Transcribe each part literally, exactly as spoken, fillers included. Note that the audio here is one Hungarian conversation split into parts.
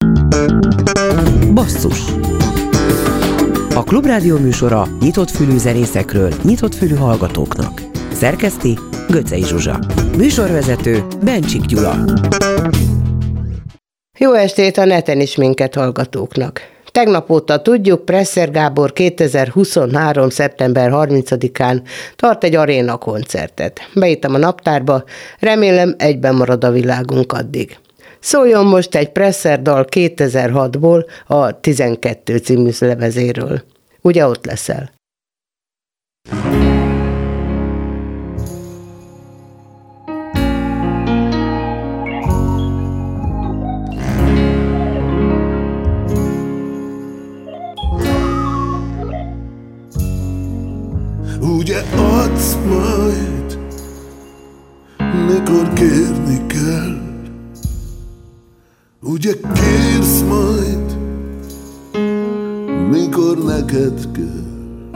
Basszus. A Klubrádió műsora nyitott fülű zenészekről, nyitott fülű hallgatóknak. Szerkeszti Göcsei Zsuzsa. Műsorvezető Bencsik Gyula. Jó estét a neten is minket hallgatóknak. Tegnap óta tudjuk, Presser Gábor kétezer-huszonhárom. szeptember harmincadikán tart egy aréna koncertet. Beírtam a naptárba, remélem egyben marad a világunk addig. Szóljon most egy Presser dal kétezer-hatból, a tizenkettő című lemezéről. Ugye ott leszel? Ugye adsz majd, mikor kérni kell. Ugye kérsz majd, mikor neked kell.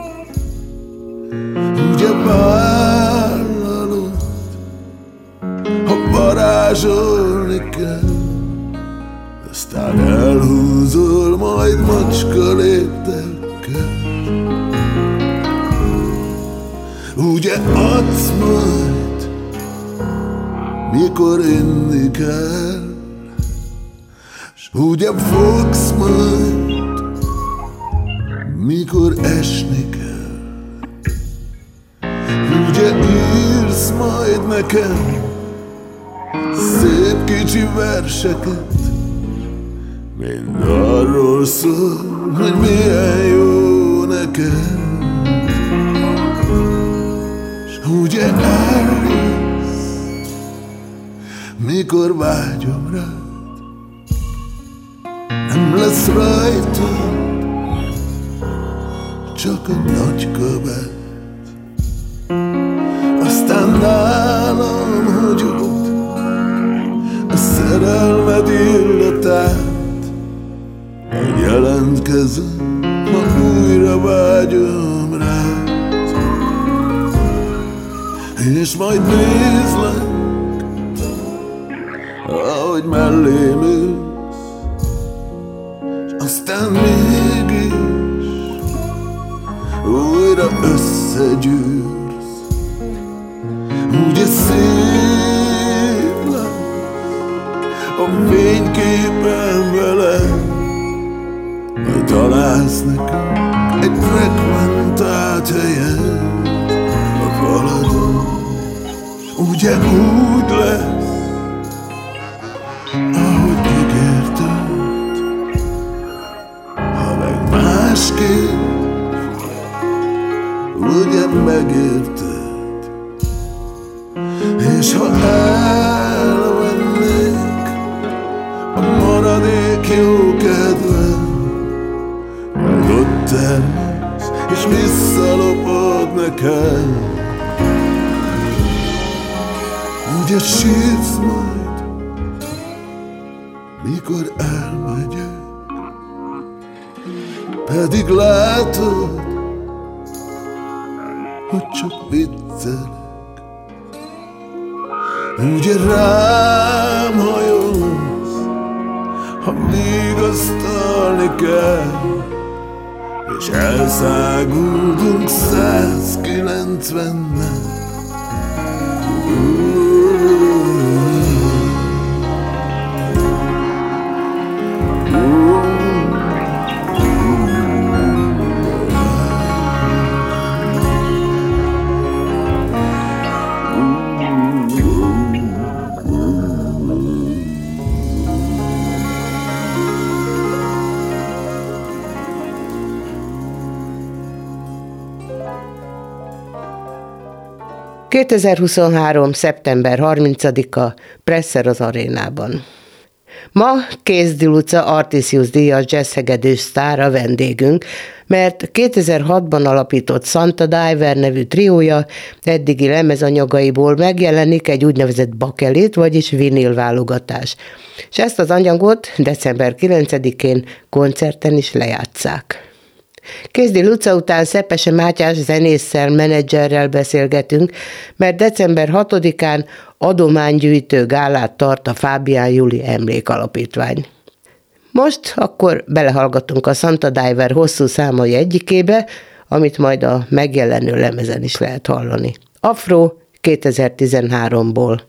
Ugye vállalod, ha varázsolni kell. Aztán elhúzol majd macska léptekkel. Ugye adsz majd, mikor inni kell. S ugye fogsz majd, mikor esni kell. Ugye írsz majd nekem szép kicsi verseket, mind arról szól, hogy milyen jó neked. Ugye eljössz, mikor vágyom rád. Nem lesz rajtad csak a nagy kabát. Aztán nálam hagyod a szerelmed illatát. Én jelentkezem, ha újra vágyom rád. És majd nézlek, ahogy mellém ülsz, s aztán mégis újra összegyűrsz. Ugye szép lesz a fényképen veled, majd találsz nekünk egy frekventált helyet a faladon. Ugye úgy lesz, ahogy ígérted, ha meg másképp, ugye megérted. És ha elvennék a maradék jó kedved, majd ott termész, és visszalopod nekem. Ugye sírsz majd, mikor elmegyek, pedig látod, hogy csak viccelek. Ugye rám hajolsz, ha vigasztalni kell, és elszáguldunk százkilencvennel. kétezer-huszonhárom. szeptember harmincadika. Presser az arénában. Ma Kézdi Luca Artisius díjas jazzhegedűs sztár a vendégünk, mert kétezer-hatban alapított Santa Diver nevű triója eddigi lemezanyagaiból megjelenik egy úgynevezett bakelit, vagyis vinil válogatás. És ezt az anyagot december kilencedikén koncerten is lejátsszák. Kézdi Luca után Szepese Mátyás zenésszel, menedzserrel beszélgetünk, mert december hatodikán adománygyűjtő gálát tart a Fábián Juli Emlékalapítvány. Most akkor belehallgatunk a Santa Diver hosszú számai egyikébe, amit majd a megjelenő lemezen is lehet hallani. Afro kétezer-tizenháromból.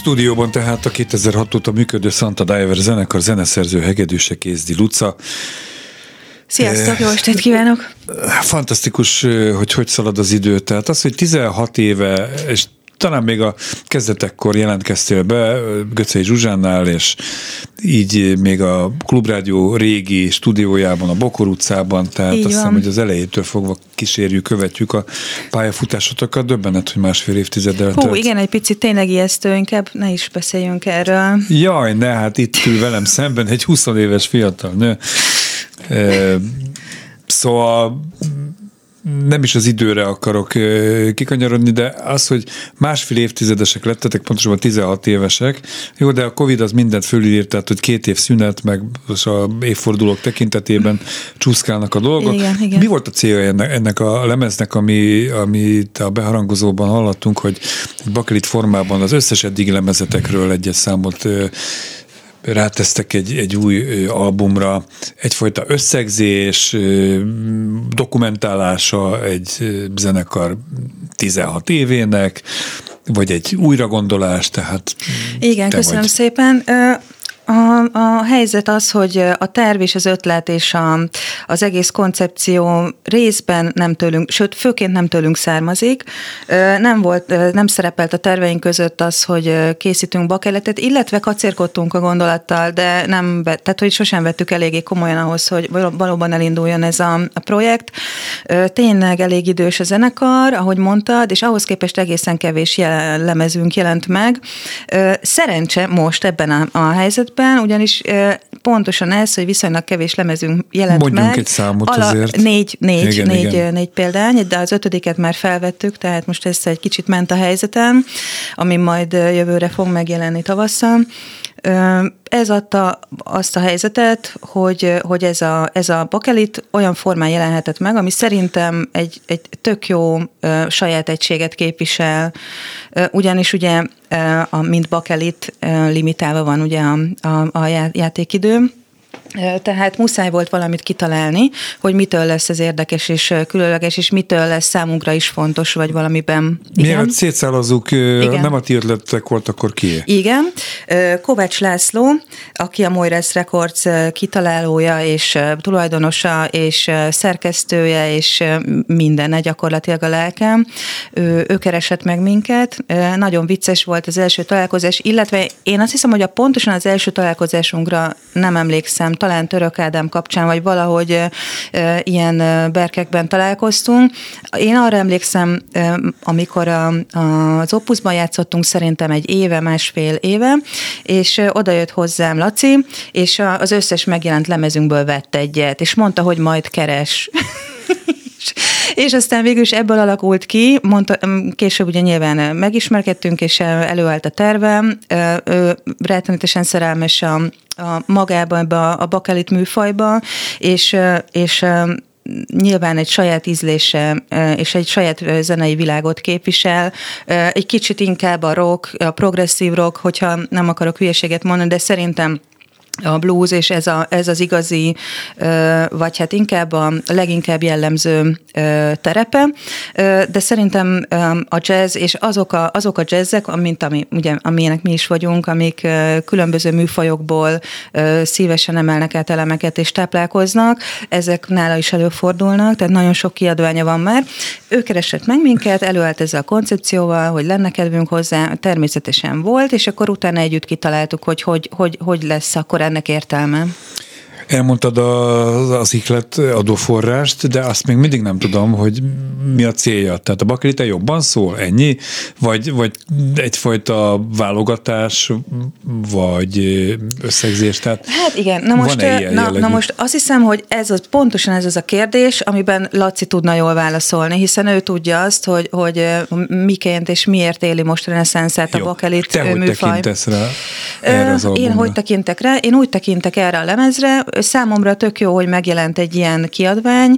stúdióban tehát a kétezer-hat óta működő Santa Diver zenekar zeneszerző hegedűse Kézdi Luca. Sziasztok, jó estét kívánok! Fantasztikus, hogy hogy szalad az idő. Tehát az, hogy tizenhat éve, és talán még a kezdetekkor jelentkeztél be Göcsei Zsuzsánál, és így még a Klubrádió régi stúdiójában, a Bokor utcában, tehát így azt hiszem, hogy az elejétől fogva kísérjük, követjük a pályafutásotokat. Döbbenet, hogy másfél évtizeddel Hú, telt. Igen, egy picit tényleg ijesztő, inkább ne is beszéljünk erről. Jaj, ne, hát itt ül velem szemben egy húsz éves fiatal nő. E, szóval nem is az időre akarok kikanyarodni, de az, hogy másfél évtizedesek lettetek, pontosabban tizenhat évesek, jó, de a Covid az mindent fölírt, tehát, hogy két év szünet, meg a évfordulók tekintetében csúszkálnak a dolgok. Igen, igen. Mi volt a célja ennek, ennek a lemeznek, ami, amit a beharangozóban hallottunk, hogy bakelit formában az összes eddig lemezetekről egyes számot rátesztek egy, egy új albumra, egyfajta összegzés, dokumentálása egy zenekar tizenhat évének, vagy egy újragondolás, tehát... Igen, köszönöm vagy. szépen. A, a helyzet az, hogy a terv és az ötlet és a, az egész koncepció részben nem tőlünk, sőt, főként nem tőlünk származik. Nem volt, nem szerepelt a terveink között az, hogy készítünk bakeletet, illetve kacérkodtunk a gondolattal, de nem, tehát hogy sosem vettük eléggé komolyan ahhoz, hogy valóban elinduljon ez a, a projekt. Tényleg elég idős a zenekar, ahogy mondtad, és ahhoz képest egészen kevés jel, lemezünk jelent meg. Szerencse most ebben a, a helyzetben, ugyanis pontosan ez, hogy viszonylag kevés lemezünk jelent Mondjunk meg. egy számot Ala, azért. Négy, négy, igen, négy, igen. négy példány, de az ötödiket már felvettük, tehát most ez egy kicsit ment a helyzetem, ami majd jövőre fog megjelenni tavasszal. Ez adta azt a helyzetet, hogy, hogy ez, a, ez a bakelit olyan formán jelenhetett meg, ami szerintem egy, egy tök jó uh, saját egységet képvisel, uh, ugyanis ugye uh, a, mint bakelit uh, limitálva van ugye a, a, a játékidő, tehát muszáj volt valamit kitalálni, hogy mitől lesz ez érdekes és különleges, és mitől lesz számunkra is fontos, vagy valamiben. Mielőtt szétszállazzuk, nem a ti ötletek volt, akkor kié? Igen. Kovács László, aki a Moira's Records kitalálója, és tulajdonosa, és szerkesztője, és mindenne gyakorlatilag a lelkem. Ő, ő keresett meg minket. Nagyon vicces volt az első találkozás, illetve én azt hiszem, hogy a pontosan az első találkozásunkra nem emlékszem, talán Török Ádám kapcsán, vagy valahogy e, e, ilyen berkekben találkoztunk. Én arra emlékszem, e, amikor a, a, az Opusban játszottunk szerintem egy éve, másfél éve, és e, oda jött hozzám Laci, és a, az összes megjelent lemezünkből vett egyet, és mondta, hogy majd keres. És aztán végül is ebből alakult ki, mondta, később ugye nyilván megismerkedtünk, és előállt a tervem, ő rettenetesen szerelmes a, a magába, ebbe a, a bakelit műfajba, és, és nyilván egy saját ízlése és egy saját zenei világot képvisel, egy kicsit inkább a rock, a progresszív rock, hogyha nem akarok hülyeséget mondani, de szerintem a blues, és ez, a, ez az igazi, vagy hát inkább a leginkább jellemző terepe, de szerintem a jazz, és azok a, azok a jazzek, mint ami, ugye, amilyenek mi is vagyunk, amik különböző műfajokból szívesen emelnek át elemeket és táplálkoznak, ezek nála is előfordulnak, tehát nagyon sok kiadványa van már. Ő keresett meg minket, előállt ezzel a koncepcióval, hogy lenne kedvünk hozzá, természetesen volt, és akkor utána együtt kitaláltuk, hogy hogy, hogy, hogy lesz akkor ennek értelme. Elmondtad az, az ihlet adóforrást, de azt még mindig nem tudom, hogy mi a célja. Tehát a bakelite jobban szól, ennyi? Vagy, vagy egyfajta válogatás, vagy összegzés? Tehát hát igen, na most, na, na most azt hiszem, hogy ez az, pontosan ez az a kérdés, amiben Laci tudna jól válaszolni, hiszen ő tudja azt, hogy, hogy miként és miért éli most reneszánszát a bakelit te műfaj. Te hogy tekintetsz rá erre az albumra? Én hogy tekintek rá? Én úgy tekintek erre a lemezre, számomra tök jó, hogy megjelent egy ilyen kiadvány,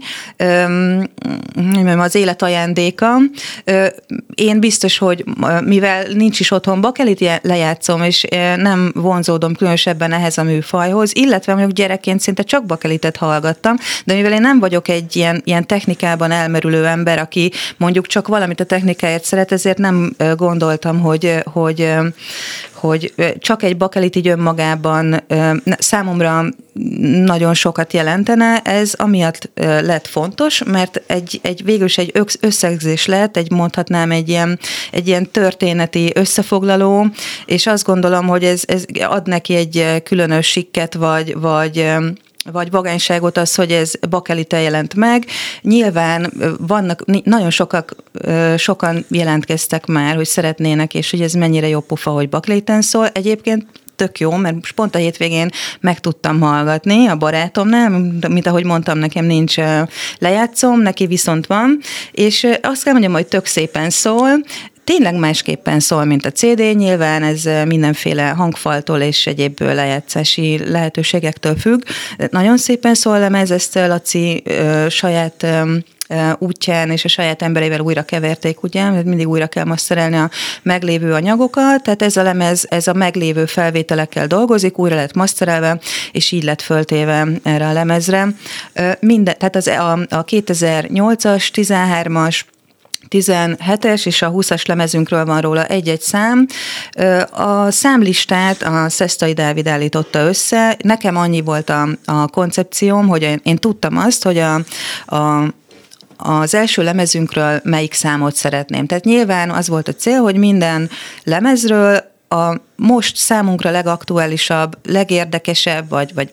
az élet ajándéka. Én biztos, hogy mivel nincs is otthon bakelit lejátszom, és nem vonzódom különösebben ehhez a műfajhoz, illetve mondjuk gyerekként szinte csak bakelitet hallgattam, de mivel én nem vagyok egy ilyen, ilyen technikában elmerülő ember, aki mondjuk csak valamit a technikáért szeret, ezért nem gondoltam, hogy, hogy, hogy csak egy bakelit így önmagában számomra nagyon sokat jelentene, ez amiatt lett fontos, mert egy, egy végülis egy összegzés lett, egy mondhatnám egy ilyen, egy ilyen történeti összefoglaló, és azt gondolom, hogy ez, ez ad neki egy különös sikket, vagy, vagy vagy vagányságot az, hogy ez bakelite jelent meg. Nyilván vannak, nagyon sokak, sokan jelentkeztek már, hogy szeretnének, és hogy ez mennyire jó pofa, hogy bakeliten szól. Egyébként tök jó, mert most pont a hétvégén meg tudtam hallgatni a barátomnál, mint ahogy mondtam, nekem nincs lejátszóm, neki viszont van, és azt kell mondjam, hogy tök szépen szól, tényleg másképpen szól, mint a cé dé, nyilván ez mindenféle hangfaltól és egyéb lejátszási lehetőségektől függ. Nagyon szépen szól a lemez, ezt Laci ö, saját ö, útján és a saját emberével újra keverték, ugye, mindig újra kell masterelni a meglévő anyagokat, tehát ez a lemez, ez a meglévő felvételekkel dolgozik, újra lett masterelve, és így lett föltéve erre a lemezre. Minden, tehát az, a, a kétezer-nyolcas, tizenhármas, tizenhetes és a húszas lemezünkről van róla egy-egy szám. A számlistát a Szesztai Dávid állította össze. Nekem annyi volt a, a koncepcióm, hogy én, én tudtam azt, hogy a, a az első lemezünkről melyik számot szeretném. Tehát nyilván az volt a cél, hogy minden lemezről a most számunkra legaktuálisabb, legérdekesebb, vagy, vagy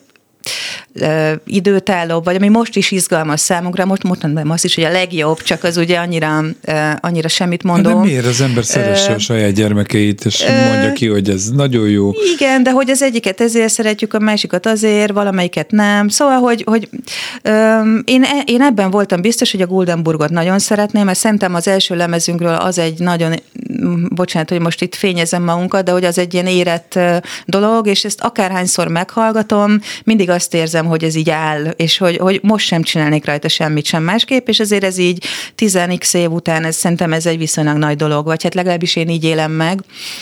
időtállóbb, vagy ami most is izgalmas számunkra, most mondtam azt is, hogy a legjobb, csak az ugye annyira, annyira semmit mondó. De miért az ember szeresse uh, a saját gyermekeit, és uh, mondja ki, hogy ez nagyon jó. Igen, de hogy az egyiket ezért szeretjük, a másikat azért, valamelyiket nem. Szóval, hogy, hogy um, én, én ebben voltam biztos, hogy a Guldenburgot nagyon szeretném, mert szerintem az első lemezünkről az egy nagyon, bocsánat, hogy most itt fényezem magunkat, de hogy az egy ilyen érett dolog, és ezt akárhányszor meghallgatom, mindig azt érzem, hogy ez így áll, és hogy, hogy most sem csinálnék rajta semmit sem másképp, és azért ez így tíz x év után, ez, szerintem ez egy viszonylag nagy dolog, vagy hát legalábbis én így élem meg.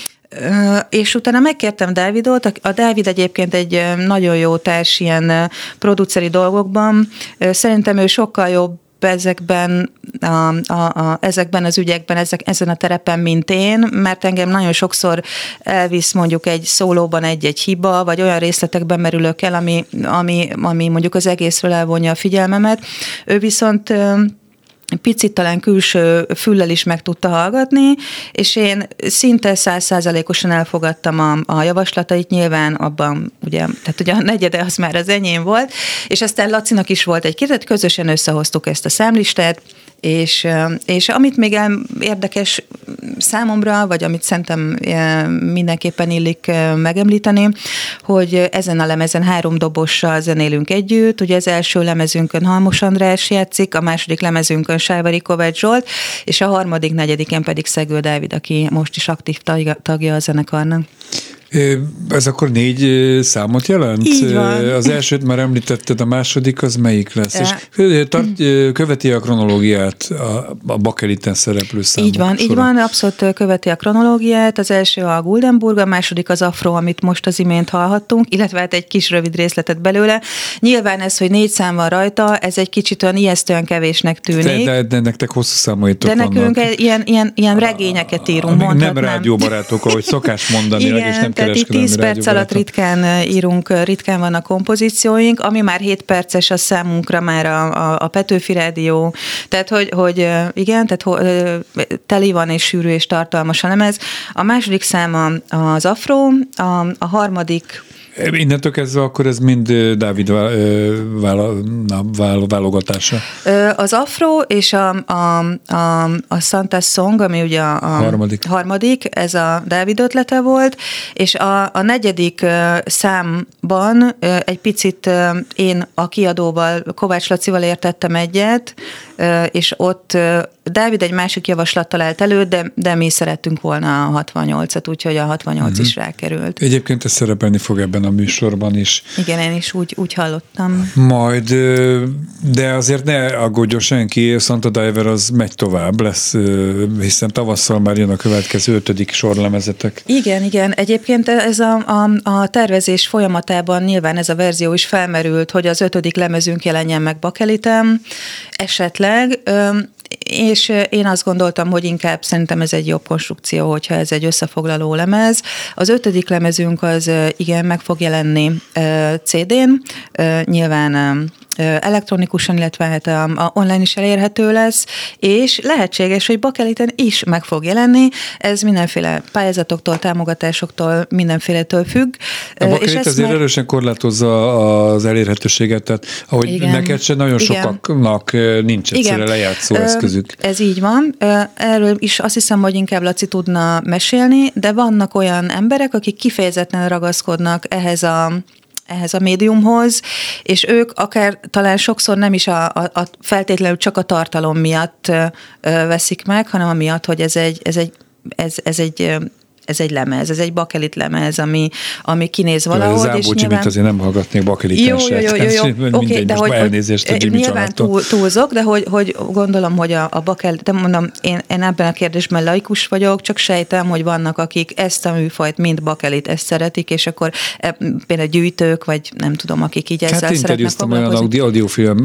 És utána megkértem Dávidot, a Dávid egyébként egy nagyon jó társ ilyen produceri dolgokban, szerintem ő sokkal jobb ezekben, a, a, a, ezekben az ügyekben, ezek, ezen a terepen, mint én, mert engem nagyon sokszor elvisz mondjuk egy szólóban egy-egy hiba, vagy olyan részletekben merülök el, ami, ami, ami mondjuk az egészről elvonja a figyelmemet. Ő viszont picit talán külső füllel is meg tudta hallgatni, és én szinte száz százalékosan elfogadtam a, a javaslatait, nyilván abban, ugye, tehát ugye a negyede az már az enyém volt, és aztán Lacinak is volt egy kérdet, közösen összehoztuk ezt a számlistát, És, és amit még érdekes számomra, vagy amit szerintem mindenképpen illik megemlíteni, hogy ezen a lemezen három dobossal zenélünk együtt. Ugye az első lemezünkön Halmos András játszik, a második lemezünkön Sájvari Kovács Zsolt, és a harmadik, negyediken pedig Szegő Dávid, aki most is aktív tagja a zenekarnak. Ez akkor négy számot jelent? Így van. Az elsőt már említetted, a második az melyik lesz? Ja. És tart, követi a kronológiát a, a bakeliten szereplő számok Így van, sora. így van, abszolút követi a kronológiát. Az első a Guldenburg, a második az Afro, amit most az imént hallhattunk, illetve hát egy kis rövid részletet belőle. Nyilván ez, hogy négy szám van rajta, ez egy kicsit olyan ijesztően kevésnek tűnik. De, de, de nektek hosszú számaitok de vannak. De nekünk ilyen, ilyen, ilyen regényeket írunk, mondhatnám. Nem rádióbarátok, ahogy szokás mondani, igen, és nem tehát itt tíz perc alatt ritkán írunk, ritkán vannak kompozícióink, ami már hét perces, a számunkra már a, a, a Petőfi Rádió, tehát hogy, hogy igen, tehát teli van és sűrű és tartalmas a lemez. A második szám az Afro, a, a harmadik Innentől kezdve akkor ez mind Dávid válogatása. Az Afro és a, a, a, a Santa's Song, ami ugye a, a harmadik. harmadik, ez a Dávid ötlete volt, és a, a negyedik számban egy picit én a kiadóval, Kovács Lacival értettem egyet, és ott Dávid egy másik javaslattal állt elő, de, de mi szerettünk volna a hatvannyolcat, úgyhogy a hatvannyolc uh-huh. is rákerült. Egyébként ez szerepelni fog ebben a műsorban is. Igen, én is úgy, úgy hallottam. Majd, de azért ne aggódjon senki, Santa Diver az megy tovább lesz, hiszen tavasszal már jön a következő ötödik sorlemezetek. Igen, igen. Egyébként ez a, a, a tervezés folyamatában nyilván ez a verzió is felmerült, hogy az ötödik lemezünk jelenjen meg bakelitem, esetleg. és én azt gondoltam, hogy inkább szerintem ez egy jobb konstrukció, hogyha ez egy összefoglaló lemez. Az ötödik lemezünk az igen, meg fog jelenni cé dén, nyilván elektronikusan, illetve hát a, a online is elérhető lesz, és lehetséges, hogy Bakeliten is meg fog jelenni, ez mindenféle pályázatoktól, támogatásoktól, mindenféletől függ. A Bakelit azért meg... erősen korlátozza az elérhetőséget, tehát ahogy igen, neked se nagyon igen. sokaknak nincs egyszerre lejátszó eszközük. Ez így van. Erről is azt hiszem, hogy inkább Laci tudna mesélni, de vannak olyan emberek, akik kifejezetten ragaszkodnak ehhez a ehhez a médiumhoz, és ők akár talán sokszor nem is a, a, a feltétlenül csak a tartalom miatt ö, veszik meg, hanem amiatt, hogy ez egy, ez egy, ez, ez egy ez egy lemez, ez egy Bakelit lemez, ami, ami kinéz valahogy. Ez Zámbó Jimmy-t azért nem hallgatnék Bakeliten se. Jó, jó, jó, jó. Mindegy, okay, de most hogy, elnézést a Jimmy nyilván túl, túlzok, de hogy, hogy gondolom, hogy a, a Bakelit, de mondom, én, én ebben a kérdésben laikus vagyok, csak sejtem, hogy vannak, akik ezt a műfajt, mint Bakelit, ezt szeretik, és akkor e, például gyűjtők, vagy nem tudom, akik így ezzel hát szeretnek foglalkozni. Hát olyan audiofilm,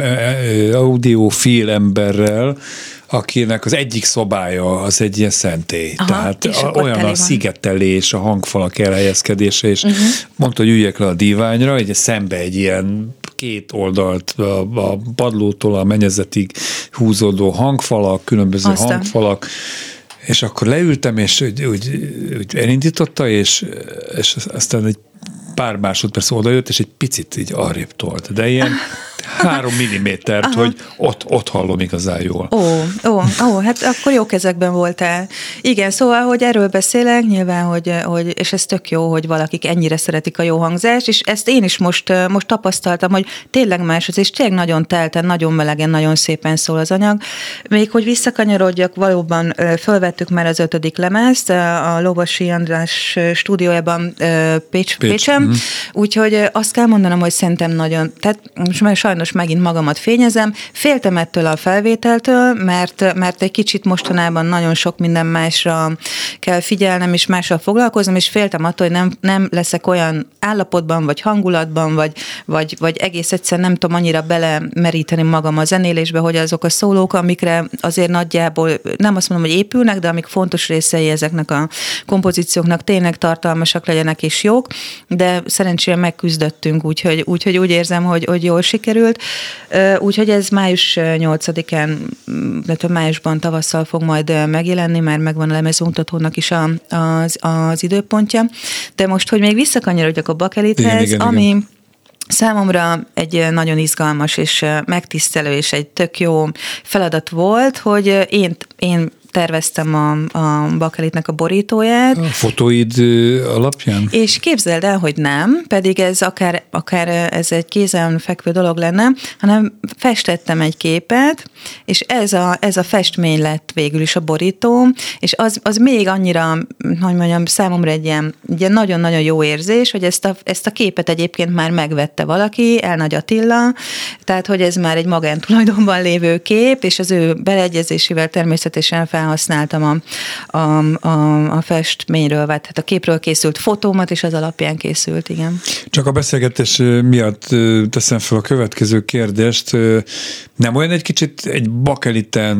audiofil emberrel, akinek az egyik szobája az egy ilyen szentély. Aha, tehát olyan a szigetelés, a hangfalak elhelyezkedése, és uh-huh. mondta, hogy üljek le a díványra, egy szembe egy ilyen két oldalt a, a padlótól a mennyezetig húzódó hangfalak, különböző Aztán. hangfalak, és akkor leültem, és úgy, úgy, úgy elindította, és, és aztán egy pár másodperc odajött, és egy picit így arrébb tolt. De ilyen három millimétert, Aha. hogy ott, ott hallom igazán jól. Ó, ó, ó, hát akkor jó kezekben voltál. Igen, szóval, hogy erről beszélek, nyilván, hogy, hogy, és ez tök jó, hogy valakik ennyire szeretik a jó hangzást, és ezt én is most, most tapasztaltam, hogy tényleg más az, és tényleg nagyon telten, nagyon melegen, nagyon szépen szól az anyag. Még hogy visszakanyarodjak, valóban fölvettük már az ötödik lemezt, a Lovasi András stúdiójában Pécs, Pécs. Pécsem, mm. úgyhogy azt kell mondanom, hogy szerintem nagyon, tehát most már sajnos megint magamat fényezem, féltem ettől a felvételtől, mert, mert egy kicsit mostanában nagyon sok minden másra kell figyelnem, és mással foglalkoznom, és féltem attól, hogy nem, nem leszek olyan állapotban, vagy hangulatban, vagy, vagy, vagy egész egyszer nem tudom annyira belemeríteni magam a zenélésbe, hogy azok a szólók, amikre azért nagyjából, nem azt mondom, hogy épülnek, de amik fontos részei ezeknek a kompozícióknak tényleg tartalmasak legyenek és jók, de szerencsére megküzdöttünk, úgyhogy, úgyhogy úgy érzem, hogy, hogy jól sikerült. Úgyhogy ez május nyolcadikán, illetve májusban tavasszal fog majd megjelenni, már megvan a lemezmutatónak is a, az, az időpontja. De most, hogy még visszakanyarodjak a Bakelithez, igen, igen, ami igen. Számomra egy nagyon izgalmas és megtisztelő és egy tök jó feladat volt, hogy én, én terveztem a, a Bakelitnek a borítóját. A fotóid alapján? És képzeld el, hogy nem, pedig ez akár, akár ez egy kézen fekvő dolog lenne, hanem festettem egy képet, és ez a, ez a festmény lett végül is a borító, és az, az még annyira, hogy mondjam, számomra egy ilyen, ilyen nagyon-nagyon jó érzés, hogy ezt a, ezt a képet egyébként már megvette valaki, Elnagy Attila, tehát hogy ez már egy magántulajdonban lévő kép, és az ő beleegyezésével természetesen felhasználtam a, a, a, a festményről, vagy hát a képről készült fotómat, és az alapján készült, igen. Csak a beszélgetés miatt teszem fel a következő kérdést. Nem olyan egy kicsit egy Bakeliten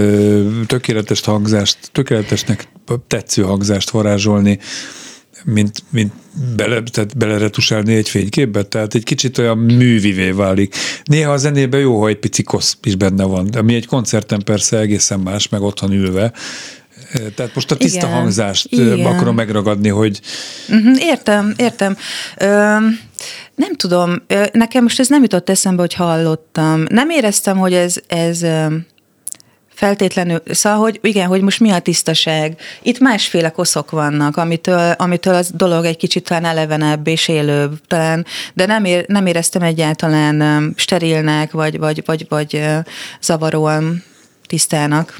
tökéletes hangzást, tökéletesnek tetsző hangzást varázsolni, mint, mint bele, tehát beleretusálni egy fényképbe, tehát egy kicsit olyan művivé válik. Néha a zenében jó, ha egy pici kosz is benne van, ami egy koncerten persze egészen más, meg otthon ülve. Tehát most a tiszta igen, hangzást igen. akarom megragadni, hogy... Uh-huh, értem, értem. Ö, nem tudom, nekem most ez nem jutott eszembe, hogy hallottam. Nem éreztem, hogy ez... ez feltétlenül, szóval, hogy igen, hogy most mi a tisztaság. Itt másféle koszok vannak, amitől, amitől az dolog egy kicsit talán elevenebb és élőbb, talán, de nem, ér, nem éreztem egyáltalán sterilnek, vagy, vagy, vagy, vagy zavaróan tisztának.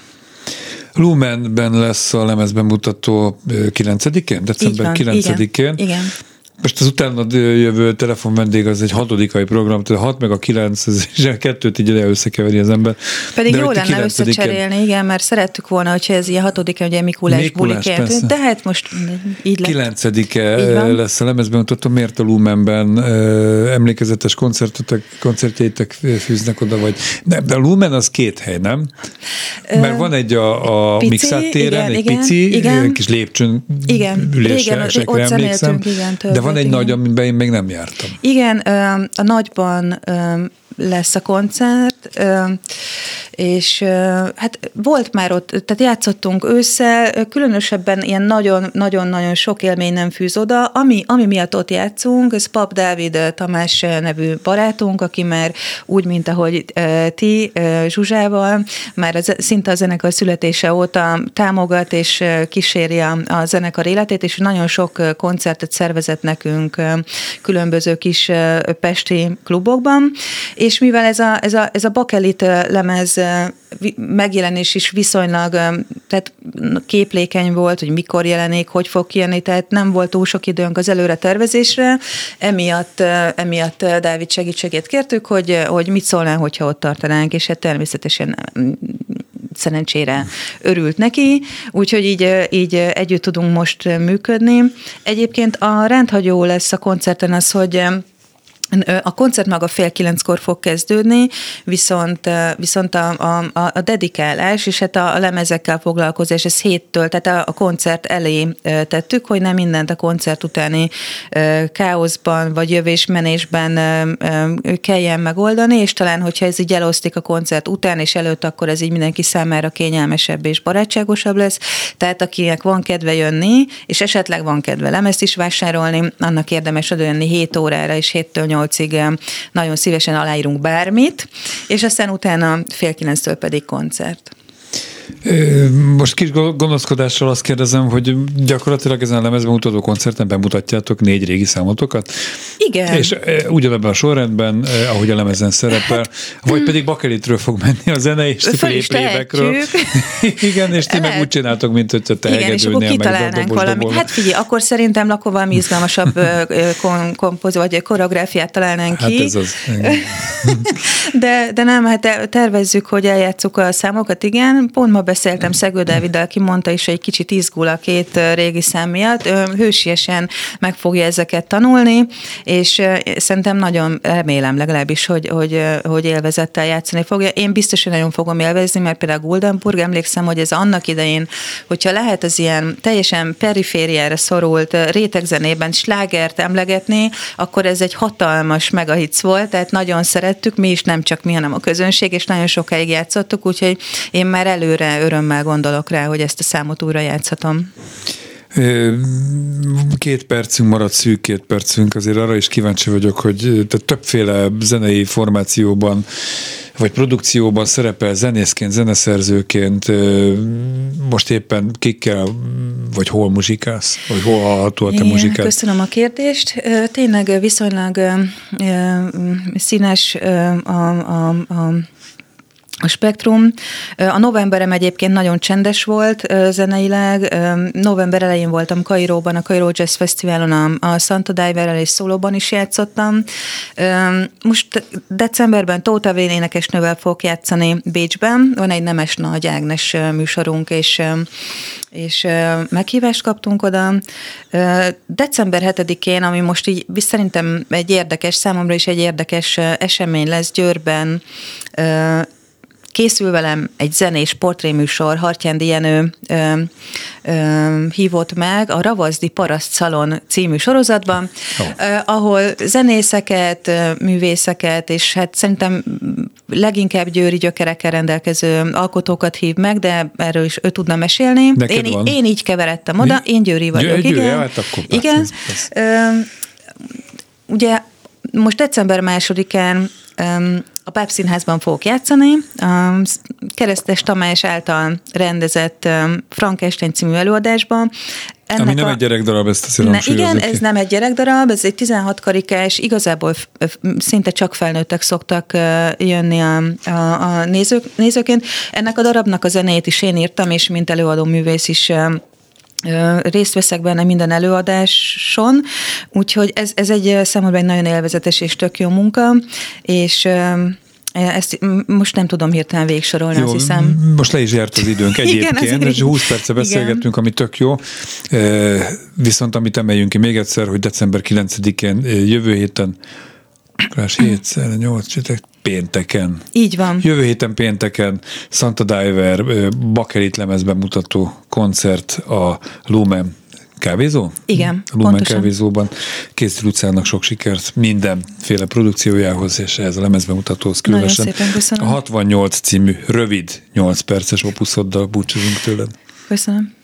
Lumenben lesz a lemezbemutató kilencedikén, december kilencedikén. Igen, igen. Most az utána jövő telefonvendég az egy hatodikai program, tehát a hat meg a kilenc, ez a kettőt így összekeveri az ember. Pedig jó lenne összecserélni, igen, mert szerettük volna, hogyha ez ilyen hatodika, ugye Mikulás buliként, de hát most így lett. kilencedike lesz a lemezbemutatom, miért a Lumenben emlékezetes koncertetek, koncertjeitek fűznek oda, vagy nem, de a Lumen az két hely, nem? Mert van egy a, a Mixát téren, egy igen, pici, igen. kis lépcsőn ülésekre emlékszem, igen, de van egy igen. nagy, amiben én még nem jártam. Igen, a nagyban lesz a koncert, és hát volt már ott, tehát játszottunk ősszel, különösebben ilyen nagyon-nagyon sok élmény nem fűz oda, ami, ami miatt ott játszunk, ez Pap Dávid Tamás nevű barátunk, aki már úgy, mint ahogy ti Zsuzsával, már az, szinte a zenekar születése óta támogat és kíséri a, a zenekar életét, és nagyon sok koncertet szervezett nekünk különböző kis pesti klubokban, és mivel ez a, ez a, ez a Bakelit lemez megjelenés is viszonylag, tehát képlékeny volt, hogy mikor jelenik, hogy fog kijönni, tehát nem volt túl sok időnk az előre tervezésre, emiatt, emiatt Dávid segítségét kértük, hogy, hogy mit szólnál, hogyha ott tartanánk, és hát természetesen szerencsére örült neki, úgyhogy így, így együtt tudunk most működni. Egyébként a rendhagyó lesz a koncerten az, hogy a koncert maga fél kilenckor fog kezdődni, viszont, viszont a, a, a dedikálás és hát a, a lemezekkel foglalkozás, ez héttől, tehát a koncert elé tettük, hogy nem mindent a koncert utáni káoszban vagy jövés-menésben kelljen megoldani, és talán, hogyha ez így elosztik a koncert után és előtt, akkor ez így mindenki számára kényelmesebb és barátságosabb lesz. Tehát akinek van kedve jönni, és esetleg van kedve lemezt is vásárolni, annak érdemes odajönni hét órára és héttől nyolcig nagyon szívesen aláírunk bármit, és aztán utána fél kilenctől pedig koncert. Most kis gonoszkodással azt kérdezem, hogy gyakorlatilag ezen a lemezben mutató koncerten bemutatjátok négy régi számotokat? Igen. És ugyanebben a sorrendben, ahogy a lemezen szerepel, hát, vagy pedig Bakelitről fog menni a zene, és ti plébekről. Igen, és ti meg úgy csináltok, mint hogyha te igen, és akkor kitalálnánk valamit. Hát figyelj, akkor szerintem akkor valami izgalmasabb kompozi, vagy koreográfiát találnánk hát ki. Hát ez az. de, de nem, hát tervezzük, hogy eljátsszuk a számokat, igen. Pont ma beszéltem Szegő Dáviddal, aki mondta is, hogy egy kicsit izgul a két régi szám miatt. Hősiesen meg fogja ezeket tanulni, és szerintem nagyon remélem legalábbis, hogy, hogy, hogy élvezettel játszani fogja. Én biztos, hogy nagyon fogom élvezni, mert például Goldenburg, emlékszem, hogy ez annak idején, hogyha lehet az ilyen teljesen perifériára szorult rétegzenében slágert emlegetni, akkor ez egy hatalmas megahit volt, tehát nagyon szerettük, mi is, nem csak mi, hanem a közönség, és nagyon sokáig játszottuk, úgyhogy én már előre örömmel gondolok rá, hogy ezt a számot újra játszhatom. Két percünk maradt, szűk két percünk, azért arra is kíváncsi vagyok, hogy tehát többféle zenei formációban vagy produkcióban szerepel zenészként, zeneszerzőként, most éppen kikkel, vagy hol muzsikálsz, vagy hol hallható a te muzsikát? Köszönöm a kérdést. Tényleg viszonylag színes a, a, a A spektrum. A novemberem egyébként nagyon csendes volt zeneileg. November elején voltam Kairóban, a Kairó Jazz Fesztiválon, a, a Santa Diverrel és szólóban is játszottam. Most decemberben Tóth Evén énekesnővel fogok játszani Bécsben. Van egy Nemes Nagy Ágnes műsorunk, és, és meghívást kaptunk oda. december hetedikén, ami most így szerintem egy érdekes, számomra is egy érdekes esemény lesz Győrben, készül velem egy zenés portréműsor, Hartyándi Jenő ö, ö, hívott meg a Ravaszdi Paraszt Szalon című sorozatban, oh. ö, ahol zenészeket, művészeket, és hát szerintem leginkább győri gyökerekkel rendelkező alkotókat hív meg, de erről is ő tudna mesélni. Én, én így keveredtem oda, Mi? én győri vagyok. Győri, igen. Hát akkor igen. Ez, ez. Ö, ugye most december másodikán a Pápszínházban fogok játszani, a Keresztes Tamás által rendezett Frankenstein című előadásban. Ennek Ami nem a... egy gyerekdarab, ezt azért ne, Igen, ez nem egy gyerekdarab, ez egy tizenhat karikás, igazából szinte csak felnőttek szoktak jönni a, a, a nézők, nézőként. Ennek a darabnak a zenét is én írtam, és mint előadó művész is részt veszek benne minden előadáson, Úgyhogy ez, ez egy számomra egy nagyon élvezetes és tök jó munka, és ezt most nem tudom hirtelen végsorolni, jó, azt hiszem. Most le is járt az időnk egyébként, igen, és húsz perce beszélgettünk, ami tök jó. Viszont amit emeljünk ki még egyszer, hogy december kilencedikén jövő héten, hétszer, nyolc, pénteken. Így van. Jövő héten pénteken Santa Diver bakelit lemezben mutató koncert a Lumen kávézó? Igen, a Lumen pontosan. kávézóban. Készül utcának sok sikert mindenféle produkciójához, és ehhez a lemezbemutatóhoz különösen. Nagyon szépen köszönöm. A hatvannyolc című rövid nyolc perces opuszoddal búcsúzunk tőled. Köszönöm.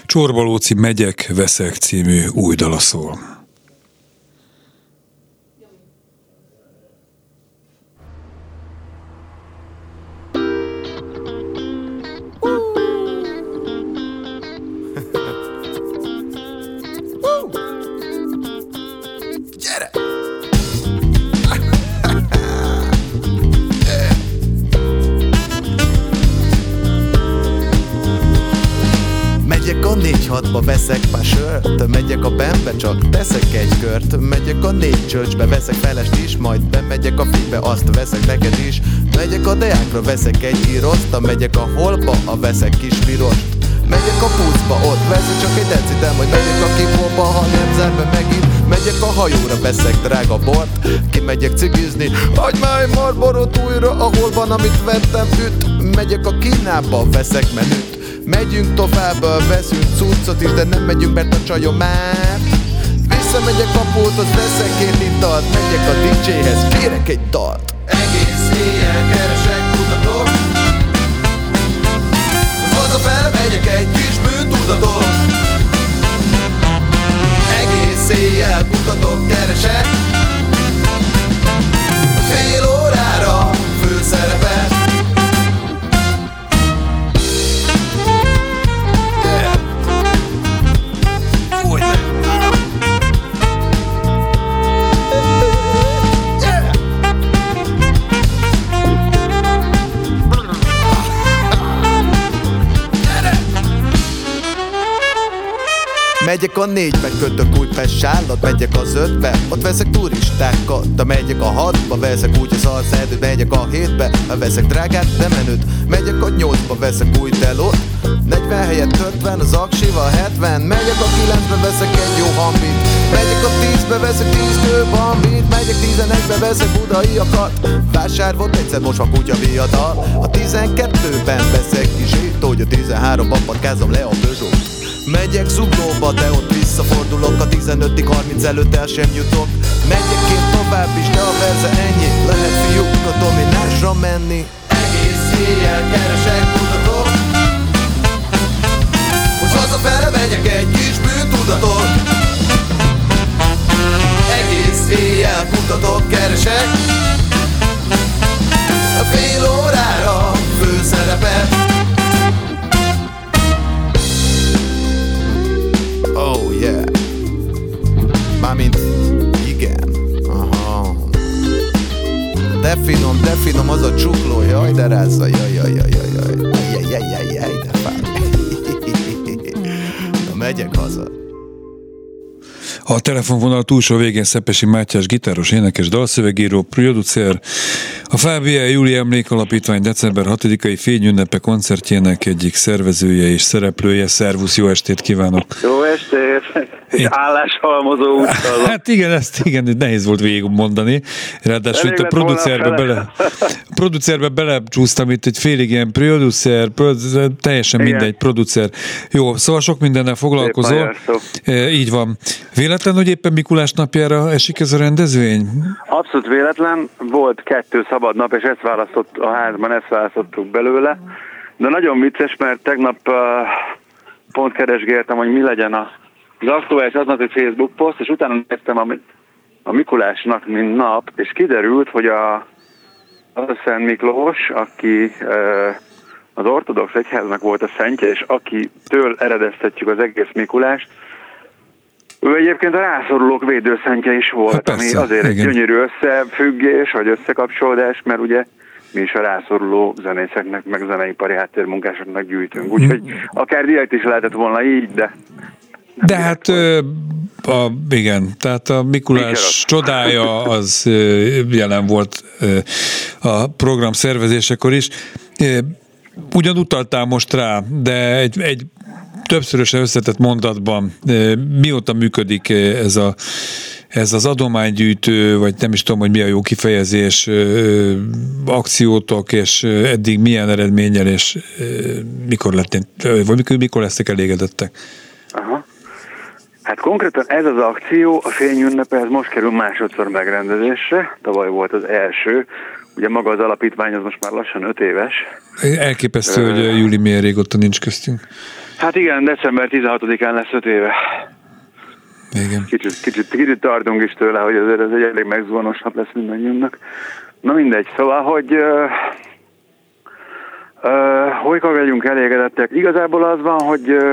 Csorbalóci Megyek, Veszek című új dala szól. négy hatba veszek pár sört, megyek a benbe, csak teszek egy kört. Megyek a négy csörcsbe, veszek felest is, majd bemegyek a fénybe, azt veszek neked is. Megyek a deákra, veszek egy íroszt, megyek a holba, a veszek kis pirost. Megyek a pucba, ott veszek csak egy decit, de majd megyek a kipóba, ha nem zár be megint. Megyek a hajóra, veszek drága bort, kimegyek cigizni, adj már egy marborot újra, a holban, amit vettem üt. Megyek a Kínába, veszek menüt. Megyünk tovább, veszünk cuccot is, de nem megyünk, mert a csajom már. Visszamegyek a pulthoz, veszek két italt, megyek a dé dzséhez, kérek egy dalt. Egész éjjel keresek, kutatok, hazafele megyek egy kis bűntudatot. Egész éjjel kutatok, keresek, fél órára főszerepet. Megyek a négybe, kötök Újpest sállat, megyek az ötbe, ott veszek turistákat. De megyek a hatba, veszek úgy a szarszerdőt, megyek a hétbe, veszek drágát, de menőt. Megyek a nyolcba, veszek új telót, negyven helyett ötven, az aksival hetven. Megyek a kilencbe, veszek egy jó hambit, megyek a tízbe, veszek tíz kő bambit. Megyek tizenegybe, veszek budaiakat, vásár volt egyszer, most van kutya viadal. A tizenkettőben veszek kis ét, hogy a tizenháromban patkázom le a Peugeot. Megyek Zuglóba, de ott visszafordulok, a tizenötig harminc előtt el sem jutok. Megyek én tovább is, de a verze ennyi, lehet fiúk a dominásra menni. Egész éjjel keresek, kutatok, hogy hazafele megyek egy kis bűntudatot. Egész éjjel kutatok, keresek, a fél órára főszerepet. Oh yeah. Mármint igen. Aha. De finom, de finom az a csukló, jaj, de rázza, jaj, jaj, jaj, jaj, jaj, jaj, jaj, jaj, jaj, de fáj. Na, megyek haza. A telefonvonal túlsó végén Szepesi Mátyás, gitáros, énekes, dalszövegíró, producer, a Fábia Júli Emlékalapítvány december hatodikai fényünnepe koncertjének egyik szervezője és szereplője. Szervusz, jó estét kívánok! Jó estét! Én... Álláshalmozó úttal. Hát igen, ezt igen, nehéz volt végig mondani. Ráadásul itt a producerbe bele, producerbe belecsúsztam itt egy félig ilyen producer, producer teljesen igen. Mindegy, producer. Jó, szóval sok mindennel foglalkozol. Így van. Véletlen, hogy éppen Mikulás napjára esik ez a rendezvény? Abszolút véletlen. Volt kettő szabad nap, és ezt választott a házban, ezt választottuk belőle. De nagyon vicces, mert tegnap uh, pont keresgéltem, hogy mi legyen a az aktuális aznap egy Facebook poszt, és utána néztem a, a Mikulásnak mint nap, és kiderült, hogy a, az a Szent Miklós, aki e, az ortodox egyháznak volt a szentje, és akitől eredeztetjük az egész Mikulást, ő egyébként a rászorulók védőszentje is volt, hát persze, ami azért igen. Egy gyönyörű összefüggés, vagy összekapcsolódás, mert ugye mi is a rászoruló zenészeknek, meg zeneipari háttérmunkásoknak gyűjtünk. Úgyhogy akár direkt is lehetett volna így, de... De hát a, igen, tehát a Mikulás csodája az jelen volt a program szervezésekor is. Ugyan utaltál most rá, de egy, egy többszörösen összetett mondatban mióta működik ez, a, ez az adománygyűjtő, vagy nem is tudom, hogy mi a jó kifejezés, akciótok, és eddig milyen eredménnyel, és mikor lettél, vagy mikor, mikor lesztek elégedettek? Aha. Hát konkrétan ez az akció, a fényünnepe, ez most kerül másodszor megrendezésre, tavaly volt az első, ugye maga az alapítvány az most már lassan öt éves. Elképesztő, uh, hogy Júli milyen régóta nincs köztünk. Hát igen, december tizenhatodikán lesz öt éve. Igen. Kicsit, kicsit, kicsit tartunk is tőle, hogy azért ez egy elég megzuhanós nap lesz mindannyiunknak. Na mindegy, szóval, hogy uh, uh, holykor vagyunk elégedettek. Igazából az van, hogy, uh,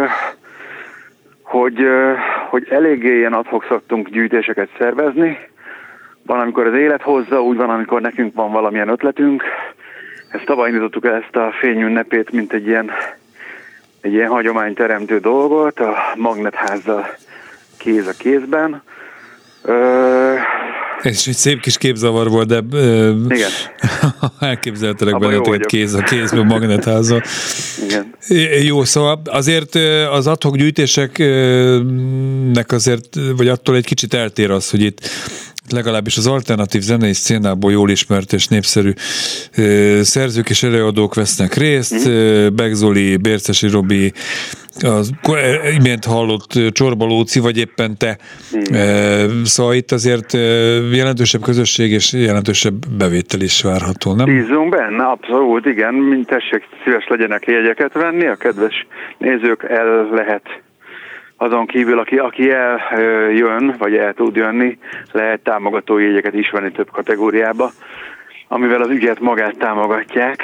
hogy, uh, hogy eléggé ilyen ad hoc szoktunk gyűjtéseket szervezni. Van, amikor az élet hozza, úgy van, amikor nekünk van valamilyen ötletünk. Ezt tavaly indítottuk el ezt a fényünnepét, mint egy ilyen, egy ilyen hagyományteremtő dolgot, a Magnetházzal kéz a kézben. Ö... Ez egy szép kis képzavar volt, de ö... igen. elképzeltelek benneteket kéz a kézben Magnetházzal. Igen. Jó, szóval azért az ad hoc gyűjtéseknek azért, vagy attól egy kicsit eltér az, hogy itt legalábbis az alternatív zenei szcénából jól ismert és népszerű szerzők és előadók vesznek részt, mm. Beck Zoli, Bércesi Robi, az imént hallott Csorba Lóci, vagy éppen te. Mm. Szóval itt azért jelentősebb közösség és jelentősebb bevétel is várható, nem? Bízunk benne, abszolút, igen. Mint tessék, szíves legyenek jegyeket venni, a kedves nézők, el lehet azon kívül, aki, aki eljön, vagy el tud jönni, lehet támogatói jegyeket is venni több kategóriába, amivel az ügyet magát támogatják.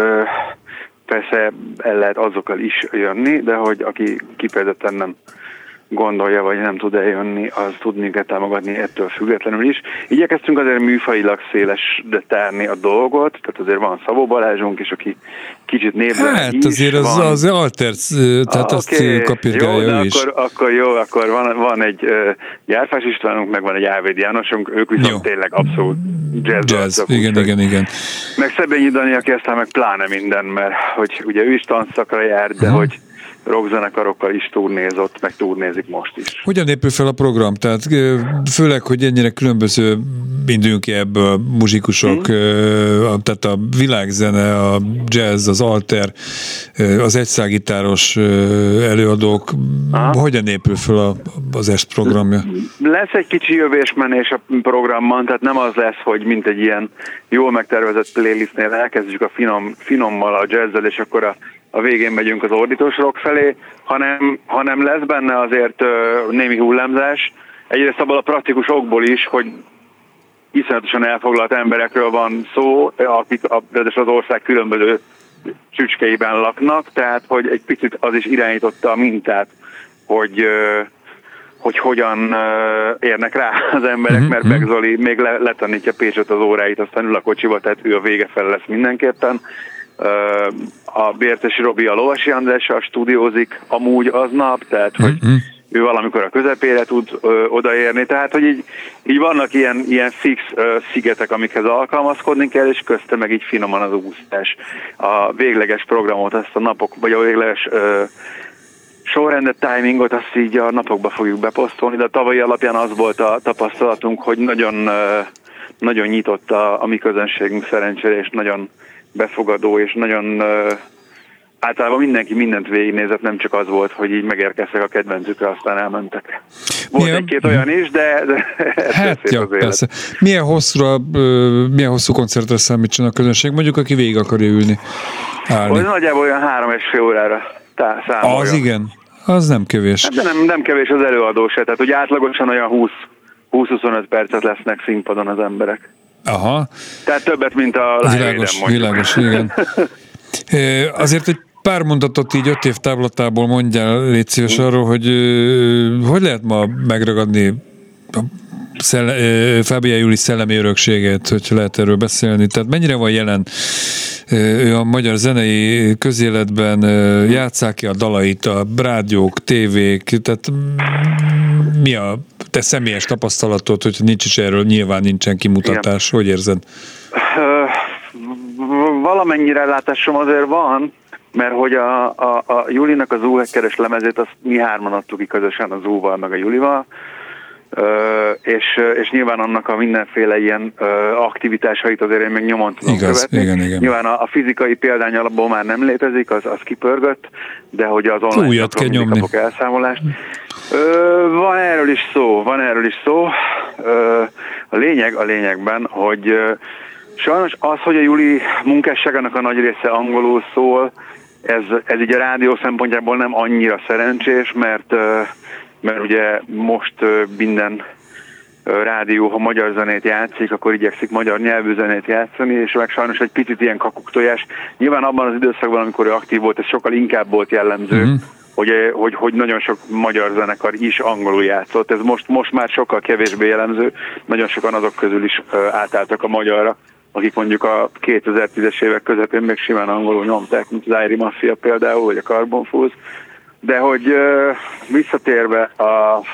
Persze el lehet azokkal is jönni, de hogy aki kifejezetten nem gondolja, vagy nem tud eljönni, az tud minket támogatni ettől függetlenül is. Igyekeztünk azért műfajilag széles de tárni a dolgot, tehát azért van Szabó Balázsunk is, aki kicsit névben hát is azért az, van. az alter, tehát okay, azt kapirgálja ő is. Akkor, akkor jó, akkor van, van egy uh, Gyárfás Istvánunk, meg van egy Ávéd Jánosunk, ők viszont jó. Tényleg abszolút jazz. jazz. Igen, igen, igen. Meg Szebényi Dani, aki aztán meg pláne minden, mert hogy ugye ő is tanszakra jár, de hmm. hogy rockzenekarokkal is turnézott, meg turnézik most is. Hogyan épül fel a program? Tehát főleg, hogy ennyire különböző indulunk ki ebből muzsikusok, mm. tehát a világzene, a jazz, az alter, az egyszágitáros előadók, aha. Hogyan épül fel az est programja? Lesz egy kicsi jövésmenés a programban, tehát nem az lesz, hogy mint egy ilyen jól megtervezett playlistnél elkezdjük a finom, finommal a jazzzel, és akkor a a végén megyünk az ordítós rock felé, hanem, hanem lesz benne azért uh, némi hullámzás. Egyrészt abból a praktikus okból is, hogy iszonyatosan elfoglalt emberekről van szó, akik az ország különböző csücskeiben laknak, tehát hogy egy picit az is irányította a mintát, hogy, uh, hogy hogyan uh, érnek rá az emberek, mm-hmm. mert Beck Zoli még le, letanítja Pécsett az óráit, aztán ül a kocsiba, tehát ő a vége fel lesz mindenképpen. A Bércesi Robi a Lovasi Andrással stúdiózik amúgy aznap, tehát hogy mm-hmm. ő valamikor a közepére tud ö, odaérni, tehát hogy így, így vannak ilyen, ilyen fix ö, szigetek, amikhez alkalmazkodni kell, és közte meg így finoman az úszás. A végleges programot, azt a napok, vagy a végleges ö, sorrendet, timingot, azt így a napokba fogjuk beposztolni, de a tavalyi alapján az volt a tapasztalatunk, hogy nagyon, ö, nagyon nyitott a, a mi közönségünk szerencsére, és nagyon befogadó, és nagyon uh, általában mindenki mindent végignézett, nem csak az volt, hogy így megérkeztek a kedvencükre, aztán elmentek. Volt milyen... egy-két olyan is, de, de hát, ja, persze. Milyen hosszúra, uh, milyen hosszú koncertre számítson a közönség, mondjuk aki végig akarja ülni, állni? Az nagyjából olyan három és fél órára tá- számolja. Az igen, az nem kevés. Hát, de nem, nem kevés az előadó se, tehát hogy átlagosan olyan húsz-huszonöt percet lesznek színpadon az emberek. Aha. Tehát többet, mint a világos, világos, igen. Azért egy pár mondatot így öt év távlatából mondjál, légy szíves arról, hogy hogy lehet ma megragadni a szelle, Fábián Júli szellemi örökségét, hogyha lehet erről beszélni. Tehát mennyire van jelen ő a magyar zenei közéletben, játsszák ki a dalait, a rádiók, tévék, tehát mi a te személyes tapasztalatod, hogy nincs is erről, nyilván nincsen kimutatás. Igen. Hogy érzed? Valamennyire látásom azért van, mert hogy a, a, a Julinak az Zúhekkeres lemezét azt mi hárman adtuk ki közösen a Zúval meg a Julival, és, és nyilván annak a mindenféle ilyen aktivitásait azért én még nyomon tudom igaz, követni. Igen, igen. Nyilván a, a fizikai példány alapból már nem létezik, az, az kipörgött, de hogy az online kapok elszámolást. Ö, van erről is szó, van erről is szó. Ö, a lényeg a lényegben, hogy ö, sajnos az, hogy a Juli munkásságának a nagy része angolul szól, ez, ez így a rádió szempontjából nem annyira szerencsés, mert, mert ugye most minden rádió, ha magyar zenét játszik, akkor igyekszik magyar nyelvű zenét játszani, és meg sajnos egy picit ilyen kakuktojás. Nyilván abban az időszakban, amikor ő aktív volt, ez sokkal inkább volt jellemző, uh-huh. hogy, hogy, hogy nagyon sok magyar zenekar is angolul játszott. Ez most, most már sokkal kevésbé jellemző, nagyon sokan azok közül is átálltak a magyarra, akik mondjuk a kétezer-tízes évek közepén még simán angolul nyomták, mint az Airy Mafia például, vagy a Carbon Fools. De hogy uh, visszatérve a,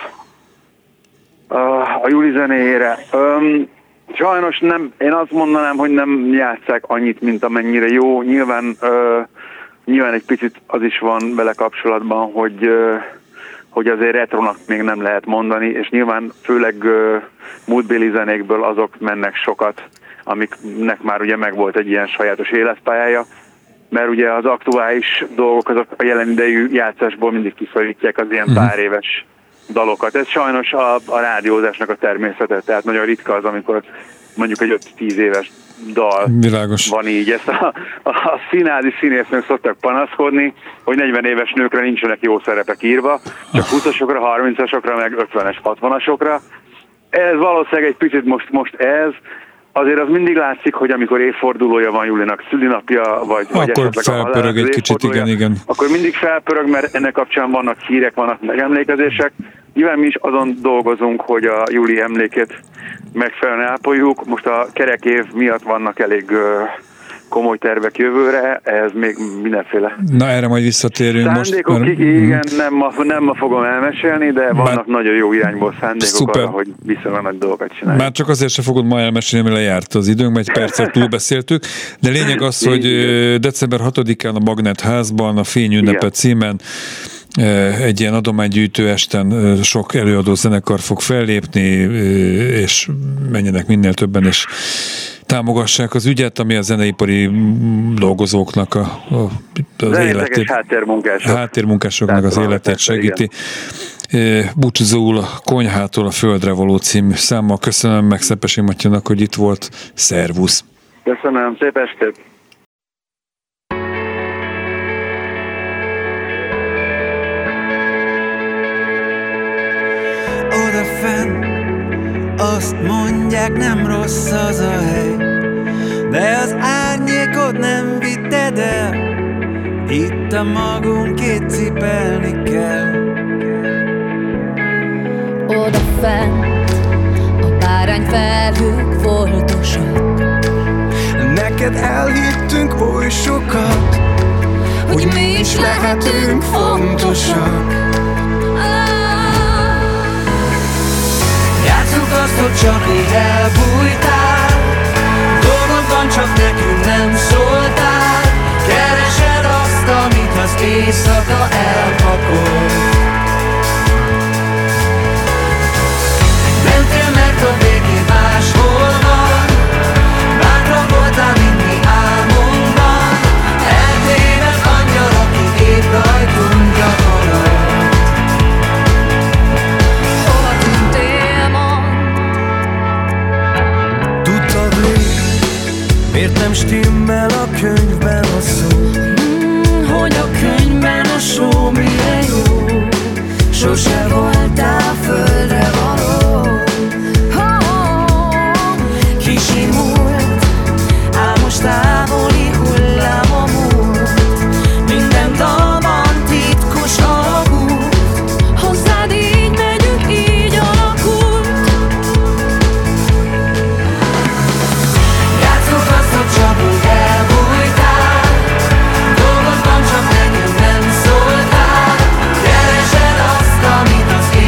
a, a Juli zenéjére, um, sajnos nem, én azt mondanám, hogy nem játsszák annyit, mint amennyire jó. Nyilván, uh, nyilván egy picit az is van vele kapcsolatban, hogy, uh, hogy azért retronak még nem lehet mondani, és nyilván főleg uh, múltbéli zenékből azok mennek sokat, amiknek már ugye megvolt egy ilyen sajátos életpályája, mert ugye az aktuális dolgok azok a jelen idejű játszásból mindig kiszorítják az ilyen uh-huh. pár éves dalokat. Ez sajnos a, a rádiózásnak a természete, tehát nagyon ritka az, amikor mondjuk egy öt-tíz éves dal Világos. van így. Ezt a, a, a színházi színésznők szoktak panaszkodni, hogy negyven éves nőkre nincsenek jó szerepek írva, csak huszasokra, harmincasokra, meg ötvenes, hatvanasokra. Ez valószínűleg egy picit most, most ez, azért az mindig látszik, hogy amikor évfordulója van Julinak, szülinapja, vagy, vagy akkor esetleg felpörög egy kicsit, igen, igen. Akkor mindig felpörög, mert ennek kapcsán vannak hírek, vannak megemlékezések. Nyilván mi is azon dolgozunk, hogy a Juli emlékét megfelelően ápoljuk. Most a kerek év miatt vannak elég uh, komoly tervek jövőre, ez még mindenféle. Na, erre majd visszatérünk szándékok, most. Mert... igen, nem ma, nem ma fogom elmesélni, de vannak Bár... nagyon jó irányból szándékok Szuper. Arra, hogy viszonylag nagy dolgokat csinálni. Már csak azért se fogod ma elmesélni, mert lejárt az időnk, mert egy percet túlbeszéltük, de lényeg az, hogy december hatodikán a Magnet Házban a Fényünnepet címen egy ilyen adománygyűjtő esten sok előadó zenekar fog fellépni, és menjenek minél többen, és támogassák az ügyet, ami a zeneipari dolgozóknak a, a, az életét, háttérmunkások. háttérmunkásoknak az életét segíti. Búcsúzóul a Konyhától a Földre való című számmal köszönöm meg Szepesi Matyanak, hogy itt volt. Szervusz! Köszönöm, szép estét! Odafenn azt mondják, nem rossz az a hely, de az árnyékot nem vitted el, itt a magunkét cipelni kell. Odafent a bárányfelhők foltosak, neked elhittünk oly sokat, hogy, hogy mi is lehetünk fontosak. Játsszuk azt, hogy csak így elbújtál, dolgod van, csak nekünk nem szóltál. Keresed azt, amit az éjszaka elpakol. Mentél, mert a végén máshol van, bátran voltál, mint mi álmunkban. Eltévedt angyal, aki épp rajtunk gyakorol. hova tűntél ma? Tudtad rég, miért nem stimmel a könyvben a szó? Mm, hogy a könyvben a só milyen jó, sose voltál földre való. Oh, kisimult, ám most távoli hullám a múlt. Minden dalban titkos alagút, hozzád így megyünk, így alakult. Játsszuk azt, hogy csak úgy elbújtál, dolgod van, csak nekünk nem szóltál. Keresed azt, amit az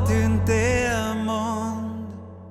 hova tűntél, mond.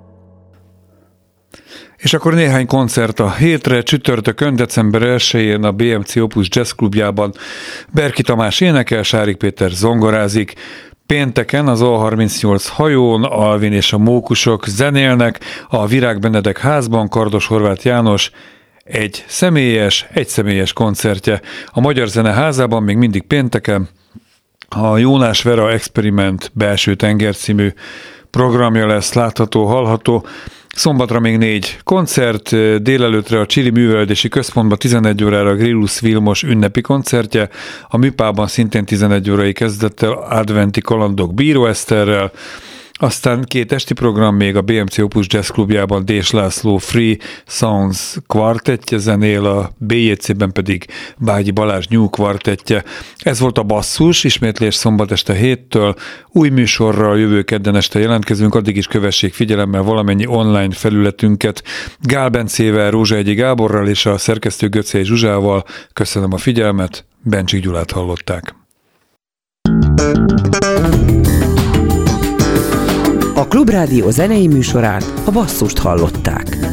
És akkor néhány koncert a hétre, csütörtökön, december elsején a bé em cé Opus Jazz Klubjában Berki Tamás énekel, Sárik Péter zongorázik. Pénteken az A harmincnyolc hajón Alvin és a Mókusok zenélnek, a Virág Benedek házban Kardos Horváth János egy személyes, egy személyes koncertje. A Magyar Zene házában még mindig pénteken a Jónás Vera Experiment belső tenger című programja lesz látható, hallható. Szombatra még négy koncert, délelőttre a Csili Művelődési Központban tizenegy órára a Grillus Vilmos ünnepi koncertje, a Műpában szintén tizenegy órai kezdettel adventi kalandok Bíró Eszterrel, aztán két esti program még a bé em cé Opus Jazz Klubjában Dés László Free Sounds kvartettje zenél, a bé jé cében pedig Bágyi Balázs New kvartettje. Ez volt a Basszus, ismétlés szombat este héttől, új műsorral jövő kedden este jelentkezünk, addig is kövessék figyelemmel valamennyi online felületünket. Gál Bencével, Rózsaegyi Gáborral és a szerkesztő Göcei Zsuzsával köszönöm a figyelmet, Bencsik Gyulát hallották. A Klubrádió zenei műsorát, a Basszust hallották.